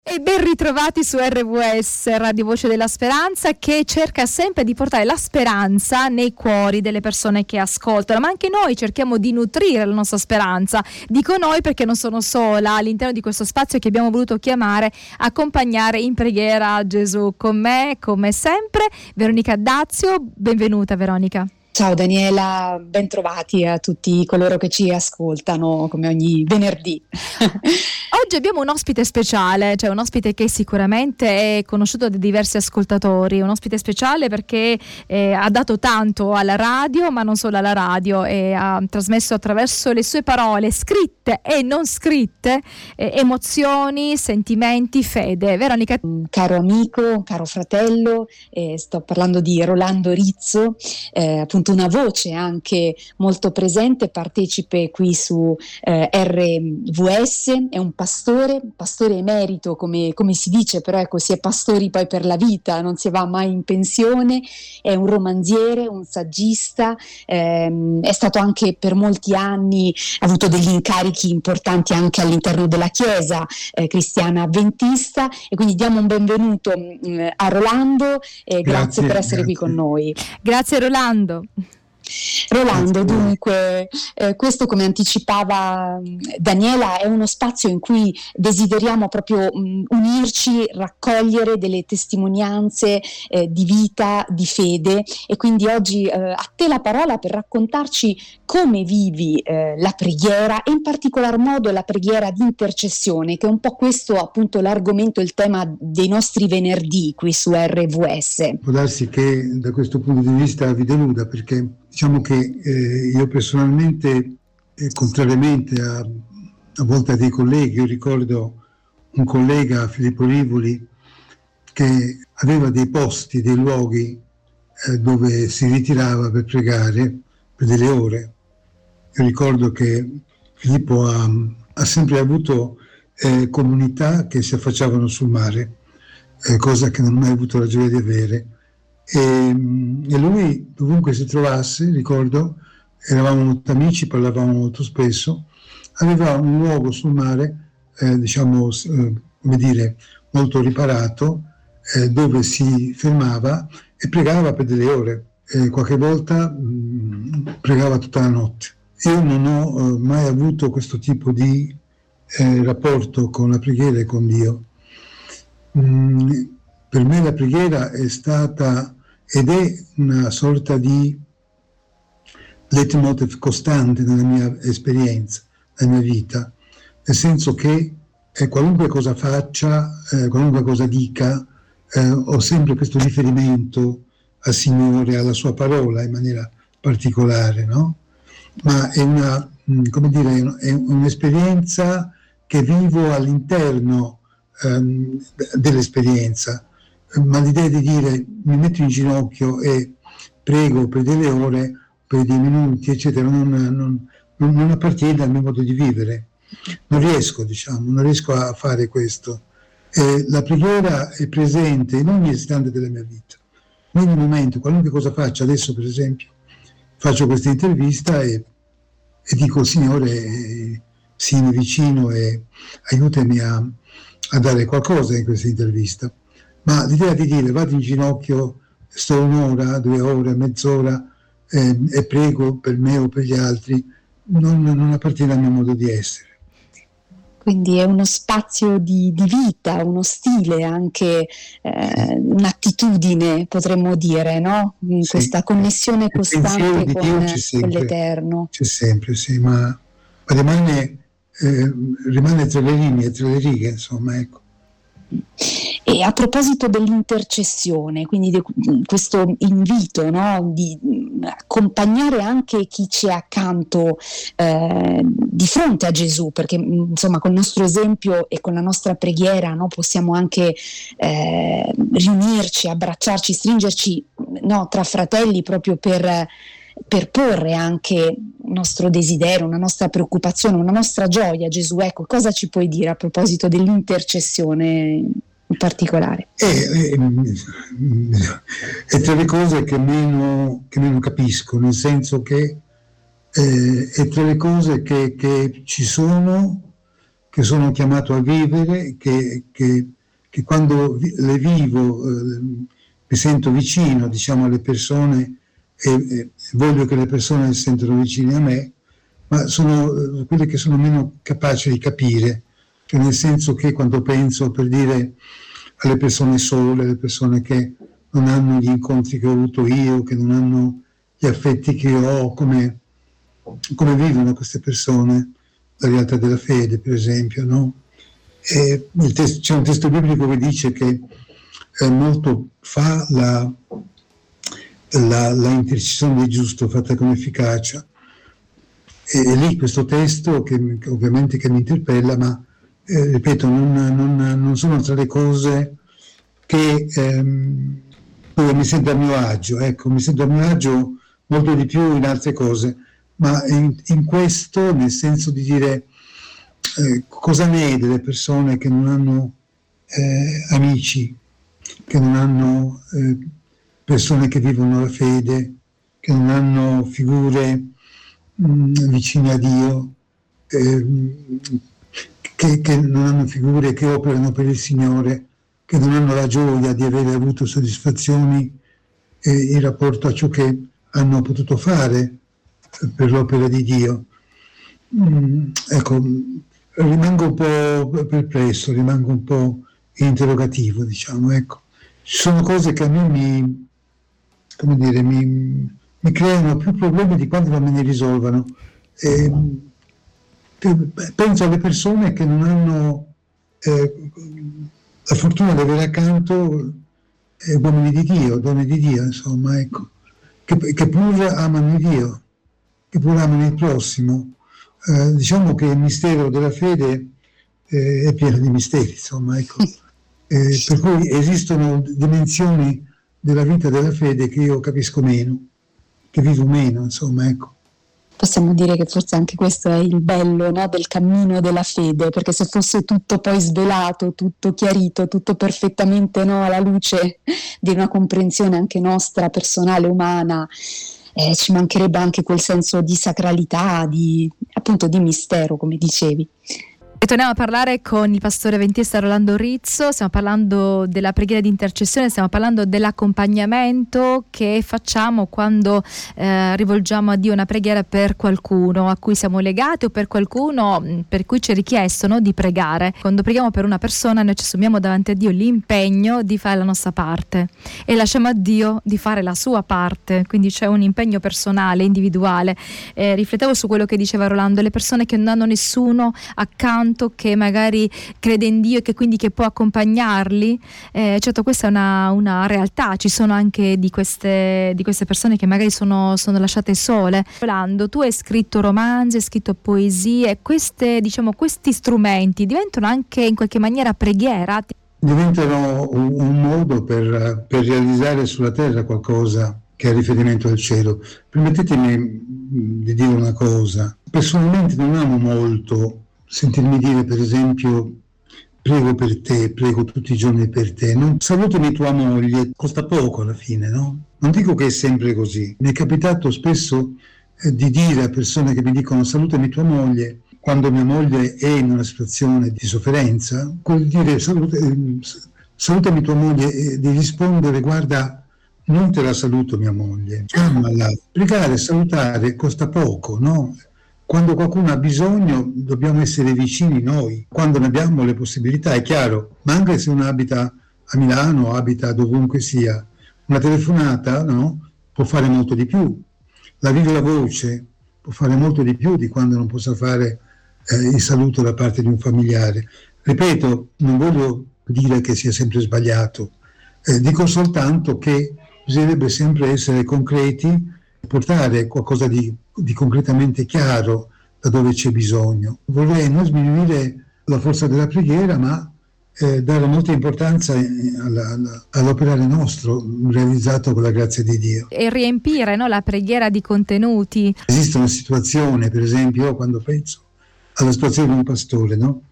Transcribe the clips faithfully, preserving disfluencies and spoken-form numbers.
E ben ritrovati su R V S, Radio Voce della Speranza, che cerca sempre di portare la speranza nei cuori delle persone che ascoltano, ma anche noi cerchiamo di nutrire la nostra speranza. Dico noi perché non sono sola all'interno di questo spazio che abbiamo voluto chiamare Accompagnare in preghiera Gesù. Con me, come sempre, Veronica Dazio. Benvenuta Veronica. Ciao Daniela, ben trovati a tutti coloro che ci ascoltano come ogni venerdì. Oggi abbiamo un ospite speciale, cioè un ospite che sicuramente è conosciuto da diversi ascoltatori, un ospite speciale perché eh, ha dato tanto alla radio, ma non solo alla radio, e ha trasmesso attraverso le sue parole scritte e non scritte eh, emozioni, sentimenti, fede. Veronica. Caro amico, caro fratello, eh, sto parlando di Rolando Rizzo, eh, appunto una voce anche molto presente, partecipe qui su eh, R V S, è un pastore, pastore emerito come, come si dice, però ecco, si è pastori poi per la vita, non si va mai in pensione, è un romanziere, un saggista, ehm, è stato anche per molti anni, ha avuto degli incarichi importanti anche all'interno della Chiesa eh, cristiana avventista, e quindi diamo un benvenuto mh, a Rolando e grazie, grazie per essere grazie. qui con noi. Grazie Rolando. Rolando, dunque, eh, questo, come anticipava mh, Daniela, è uno spazio in cui desideriamo proprio mh, unirci, raccogliere delle testimonianze eh, di vita, di fede, e quindi oggi eh, a te la parola per raccontarci come vivi eh, la preghiera, e in particolar modo la preghiera di intercessione, che è un po' questo appunto l'argomento, il tema dei nostri venerdì qui su R V S. Può darsi che da questo punto di vista vi deluda, perché diciamo che eh, io personalmente, eh, contrariamente a, a volte a dei colleghi, io ricordo un collega, Filippo Rivoli, che aveva dei posti, dei luoghi eh, dove si ritirava per pregare per delle ore. Io ricordo che Filippo ha, ha sempre avuto eh, comunità che si affacciavano sul mare, eh, cosa che non ho mai avuto la gioia di avere. E, e lui, dovunque si trovasse, ricordo, eravamo molto amici, parlavamo molto spesso, aveva un luogo sul mare, eh, diciamo, eh, come dire, molto riparato, eh, dove si fermava e pregava per delle ore. E qualche volta mh, pregava tutta la notte. Io non ho eh, mai avuto questo tipo di eh, rapporto con la preghiera e con Dio. Mm, per me la preghiera è stata ed è una sorta di leitmotiv costante nella mia esperienza, nella mia vita, nel senso che eh, qualunque cosa faccia, eh, qualunque cosa dica, eh, ho sempre questo riferimento al Signore, alla sua parola in maniera particolare, no? Ma è una, come dire, è un'esperienza che vivo all'interno ehm, dell'esperienza. Ma l'idea di dire mi metto in ginocchio e prego per delle ore, per dei minuti, eccetera, non, non, non appartiene al mio modo di vivere. Non riesco, diciamo, non riesco a fare questo. E la preghiera è presente in ogni istante della mia vita. In ogni momento, qualunque cosa faccio, adesso per esempio, faccio questa intervista e, e dico, Signore, eh, sii vicino e aiutami a, a dare qualcosa in questa intervista. Ma l'idea di dire vado in ginocchio, sto un'ora, due ore, mezz'ora eh, e prego per me o per gli altri, non, non appartiene al mio modo di essere. Quindi è uno spazio di, di vita, uno stile, anche eh, un'attitudine, potremmo dire, no? In sì, questa connessione costante con, sempre, con l'Eterno. C'è sempre, sì, ma, ma rimane, eh, rimane tra le linee, tra le righe, insomma, ecco. E a proposito dell'intercessione, quindi di questo invito, no, di accompagnare anche chi ci è accanto eh, di fronte a Gesù, perché insomma col nostro esempio e con la nostra preghiera, no, possiamo anche eh, riunirci, abbracciarci, stringerci, no, tra fratelli, proprio per, per porre anche un nostro desiderio, una nostra preoccupazione, una nostra gioia a Gesù. Ecco, cosa ci puoi dire a proposito dell'intercessione in particolare? È, è, è tra le cose che meno, che meno capisco, nel senso che eh, è tra le cose che, che ci sono, che sono chiamato a vivere, che, che, che quando le vivo eh, mi sento vicino, diciamo, alle persone e, e voglio che le persone si sentano vicine a me, ma sono eh, quelle che sono meno capaci di capire, cioè nel senso che quando penso, per dire, alle persone sole, alle persone che non hanno gli incontri che ho avuto io, che non hanno gli affetti che ho, come, come vivono queste persone, la realtà della fede, per esempio, no? E il testo, c'è un testo biblico che dice che eh, molto fa la, la, la intercessione del giusto fatta con efficacia. E, e lì questo testo, che, che ovviamente che mi interpella, ma eh, ripeto, non, non, non sono tra le cose che ehm, dove mi sento a mio agio, ecco, mi sento a mio agio molto di più in altre cose, ma in, in questo, nel senso di dire eh, cosa ne è delle persone che non hanno eh, amici, che non hanno eh, persone che vivono la fede, che non hanno figure mh, vicine a Dio, eh, che, che non hanno figure che operano per il Signore, che non hanno la gioia di aver avuto soddisfazioni eh, in rapporto a ciò che hanno potuto fare eh, per l'opera di Dio. Mm, ecco, rimango un po' perplesso, rimango un po' interrogativo, diciamo, ecco. Ci sono cose che a me mi, come dire, mi, mi creano più problemi di quanto non me ne risolvano. E, penso alle persone che non hanno eh, la fortuna di avere accanto eh, uomini di Dio, donne di Dio, insomma, ecco, che, che pur amano Dio, che pur amano il prossimo. Eh, diciamo che il mistero della fede eh, è pieno di misteri, insomma, ecco. Eh, per cui esistono dimensioni della vita della fede che io capisco meno, che vivo meno, insomma, ecco. Possiamo dire che forse anche questo è il bello, no, del cammino della fede, perché se fosse tutto poi svelato, tutto chiarito, tutto perfettamente, no, alla luce di una comprensione anche nostra, personale, umana, eh, ci mancherebbe anche quel senso di sacralità, di, appunto di mistero, come dicevi. E torniamo a parlare con il pastore avventista Rolando Rizzo. Stiamo parlando della preghiera di intercessione, stiamo parlando dell'accompagnamento che facciamo quando eh, rivolgiamo a Dio una preghiera per qualcuno a cui siamo legati o per qualcuno per cui ci è richiesto, no, di pregare. Quando preghiamo per una persona noi ci assumiamo davanti a Dio l'impegno di fare la nostra parte e lasciamo a Dio di fare la sua parte, quindi c'è un impegno personale, individuale. Eh, riflettevo su quello che diceva Rolando, le persone che non hanno nessuno accanto che magari crede in Dio e che quindi che può accompagnarli, eh, certo questa è una, una realtà, ci sono anche di queste, di queste persone che magari sono, sono lasciate sole. Rolando, tu hai scritto romanzi, hai scritto poesie, queste, diciamo, questi strumenti diventano anche in qualche maniera preghiera? Diventano un, un modo per, per realizzare sulla terra qualcosa che è riferimento al cielo. Permettetemi di dire una cosa, personalmente non amo molto sentirmi dire, per esempio, prego per te, prego tutti i giorni per te, non, salutami tua moglie, costa poco alla fine, no? Non dico che è sempre così, mi è capitato spesso eh, di dire a persone che mi dicono salutami tua moglie, quando mia moglie è in una situazione di sofferenza, vuol dire salut- eh, salutami tua moglie e di rispondere guarda, non te la saluto mia moglie, chiamala, pregare, salutare costa poco, no? Quando qualcuno ha bisogno dobbiamo essere vicini noi, quando ne abbiamo le possibilità, è chiaro, ma anche se uno abita a Milano, abita dovunque sia, una telefonata, no, può fare molto di più, la viva voce può fare molto di più di quando non possa fare eh, il saluto da parte di un familiare. Ripeto, non voglio dire che sia sempre sbagliato, eh, dico soltanto che bisognerebbe sempre essere concreti, portare qualcosa di, di concretamente chiaro da dove c'è bisogno. Vorrei non sminuire la forza della preghiera, ma eh, dare molta importanza alla, alla, all'operare nostro, realizzato con la grazia di Dio. E riempire, no, la preghiera di contenuti. Esiste una situazione, per esempio, io quando penso alla situazione di un pastore, no?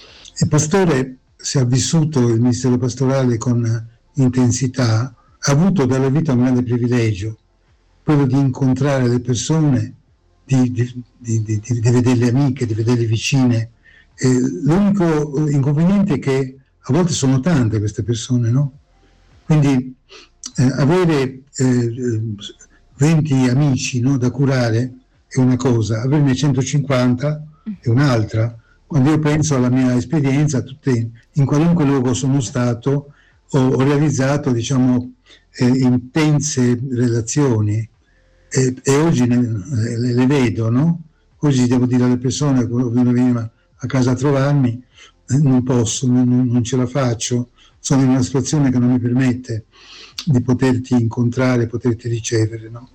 Il pastore, se ha vissuto il ministero pastorale con intensità, ha avuto dalla vita un grande privilegio, quello di incontrare le persone, di, di, di, di, di vederle amiche, di vederle vicine E l'unico inconveniente è che a volte sono tante queste persone, no? Quindi eh, avere eh, venti amici, no, da curare è una cosa, averne centocinquanta è un'altra. Quando io penso alla mia esperienza, tutte, in qualunque luogo sono stato, ho, ho realizzato, diciamo, eh, intense relazioni e, e oggi ne, le, le vedo, no? Oggi devo dire alle persone che venivano a casa a trovarmi, eh, non posso, non, non ce la faccio, sono in una situazione che non mi permette di poterti incontrare, poterti ricevere, no?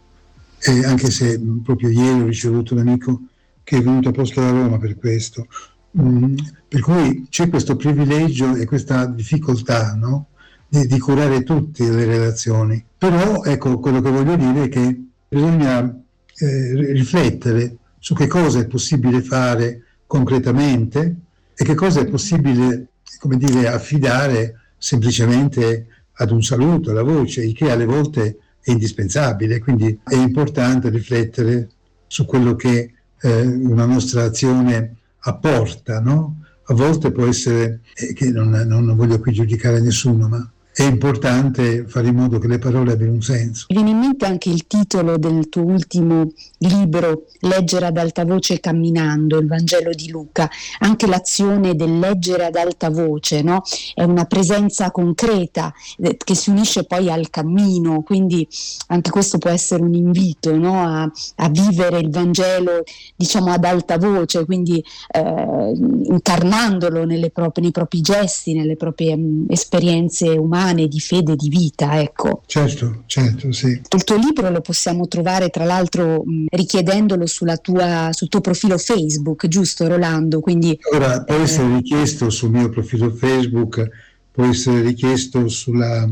E anche se proprio ieri ho ricevuto un amico che è venuto apposta da Roma per questo, mm, per cui c'è questo privilegio e questa difficoltà, no? di, di curare tutte le relazioni. Però ecco, quello che voglio dire è che bisogna eh, riflettere su che cosa è possibile fare concretamente e che cosa è possibile, come dire, affidare semplicemente ad un saluto, alla voce, il che alle volte è indispensabile. Quindi è importante riflettere su quello che eh, una nostra azione apporta, no? A volte può essere, eh, che non, non voglio qui giudicare nessuno, ma è importante fare in modo che le parole abbiano un senso. Mi viene in mente anche il titolo del tuo ultimo libro, Leggere ad alta voce camminando, il Vangelo di Luca. Anche l'azione del leggere ad alta voce, no? È una presenza concreta eh, che si unisce poi al cammino, quindi anche questo può essere un invito, no? a, a vivere il Vangelo, diciamo, ad alta voce, quindi eh, incarnandolo nelle proprie, nei propri gesti, nelle proprie mh, esperienze umane, di fede, di vita, ecco. Certo, certo, sì. Il tuo libro lo possiamo trovare, tra l'altro, mh, richiedendolo sulla tua, sul tuo profilo Facebook, giusto Rolando? Quindi, ora può eh, essere richiesto sul mio profilo Facebook, può essere richiesto sulla,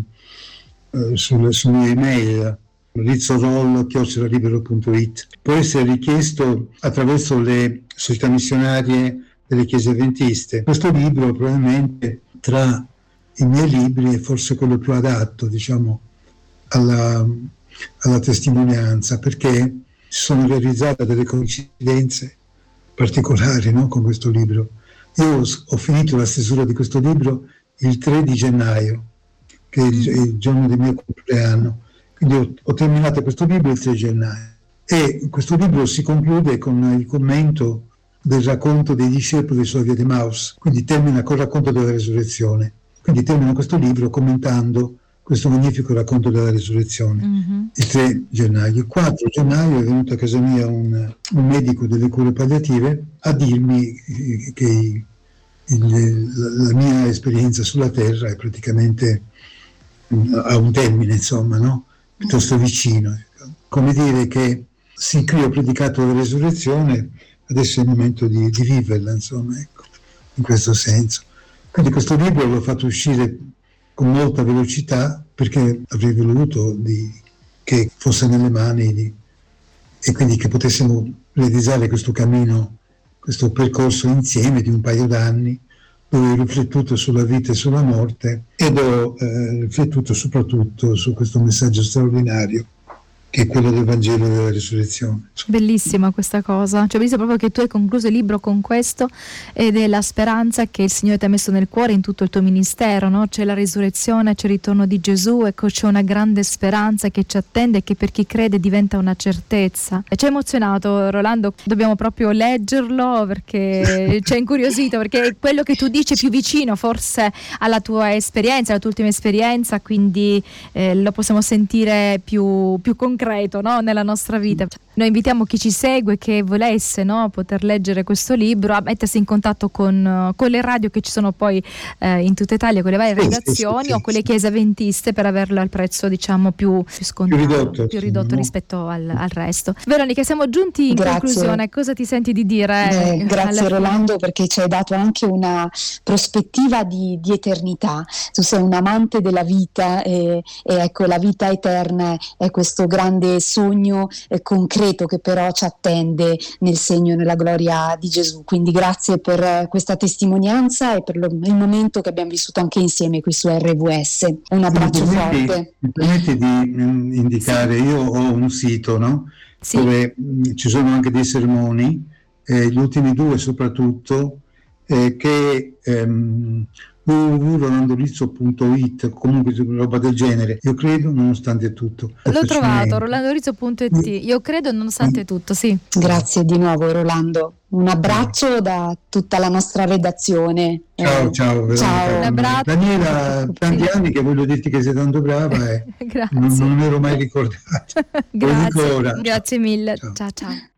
eh, sul, sul mio email rizzorollo chiocciola libero punto it, può essere richiesto attraverso le società missionarie delle chiese adventiste. Questo libro probabilmente tra i miei libri è forse quello più adatto, diciamo, alla, alla testimonianza, perché si sono realizzate delle coincidenze particolari, no, con questo libro. Io ho, ho finito la stesura di questo libro il tre di gennaio, che è il, è il giorno del mio compleanno, quindi ho, ho terminato questo libro il tre gennaio e questo libro si conclude con il commento del racconto dei discepoli sulla via di Emmaus, quindi termina col racconto della resurrezione. Quindi termino questo libro commentando questo magnifico racconto della resurrezione, mm-hmm. il tre gennaio. Il quattro gennaio è venuto a casa mia un, un medico delle cure palliative a dirmi che il, la, la mia esperienza sulla terra è praticamente a un termine, insomma, no? Piuttosto vicino. Come dire che sì, qui ho predicato la resurrezione, adesso è il momento di, di viverla, insomma, ecco, in questo senso. Quindi questo libro l'ho fatto uscire con molta velocità perché avrei voluto di, che fosse nelle mani di, e quindi che potessimo realizzare questo cammino, questo percorso insieme di un paio d'anni dove ho riflettuto sulla vita e sulla morte ed ho eh, riflettuto soprattutto su questo messaggio straordinario che è quello del Vangelo della Risurrezione. Bellissima questa cosa, cioè bellissimo proprio che tu hai concluso il libro con questo ed è la speranza che il Signore ti ha messo nel cuore in tutto il tuo ministero, no? C'è la risurrezione, c'è il ritorno di Gesù, ecco c'è una grande speranza che ci attende e che per chi crede diventa una certezza. E ci ha emozionato Rolando, dobbiamo proprio leggerlo perché ci ha incuriosito, perché è quello che tu dici più vicino forse alla tua esperienza, alla tua ultima esperienza, quindi eh, lo possiamo sentire più, più concreto, no? Nella nostra vita. Noi invitiamo chi ci segue che volesse, no, poter leggere questo libro a mettersi in contatto con, con le radio che ci sono poi eh, in tutta Italia, con le varie redazioni sì, sì, sì, o con le chiese avventiste per averlo al prezzo diciamo più, più scontato, più ridotto, più ridotto sì, rispetto al, al resto. Veronica, siamo giunti in grazie. conclusione, cosa ti senti di dire? Eh, grazie Rolando, perché ci hai dato anche una prospettiva di, di eternità. Tu sei un amante della vita e, e ecco la vita eterna è questo grande sogno eh, concreto che però ci attende nel segno e nella gloria di Gesù. Quindi grazie per questa testimonianza e per lo, il momento che abbiamo vissuto anche insieme qui su R W S. Un abbraccio mi forte. Permetti, mi permetti di um, indicare, sì. Io ho un sito, no? Sì. Dove mh, ci sono anche dei sermoni, eh, gli ultimi due soprattutto, eh, che ehm, w w w punto rolandorizzo punto it, comunque roba del genere. Io credo nonostante tutto. L'ho trovato, rolandorizzo punto it. Io credo nonostante tutto, sì. Grazie di nuovo Rolando. Un abbraccio da tutta la nostra redazione. Ciao, eh, ciao, ciao. Un abbraccio. Daniela, tanti Sì. anni che voglio dirti che sei tanto brava e Grazie. non, non ero mai ricordato. Grazie. Lo dico ora. Grazie mille. Ciao. Ciao ciao.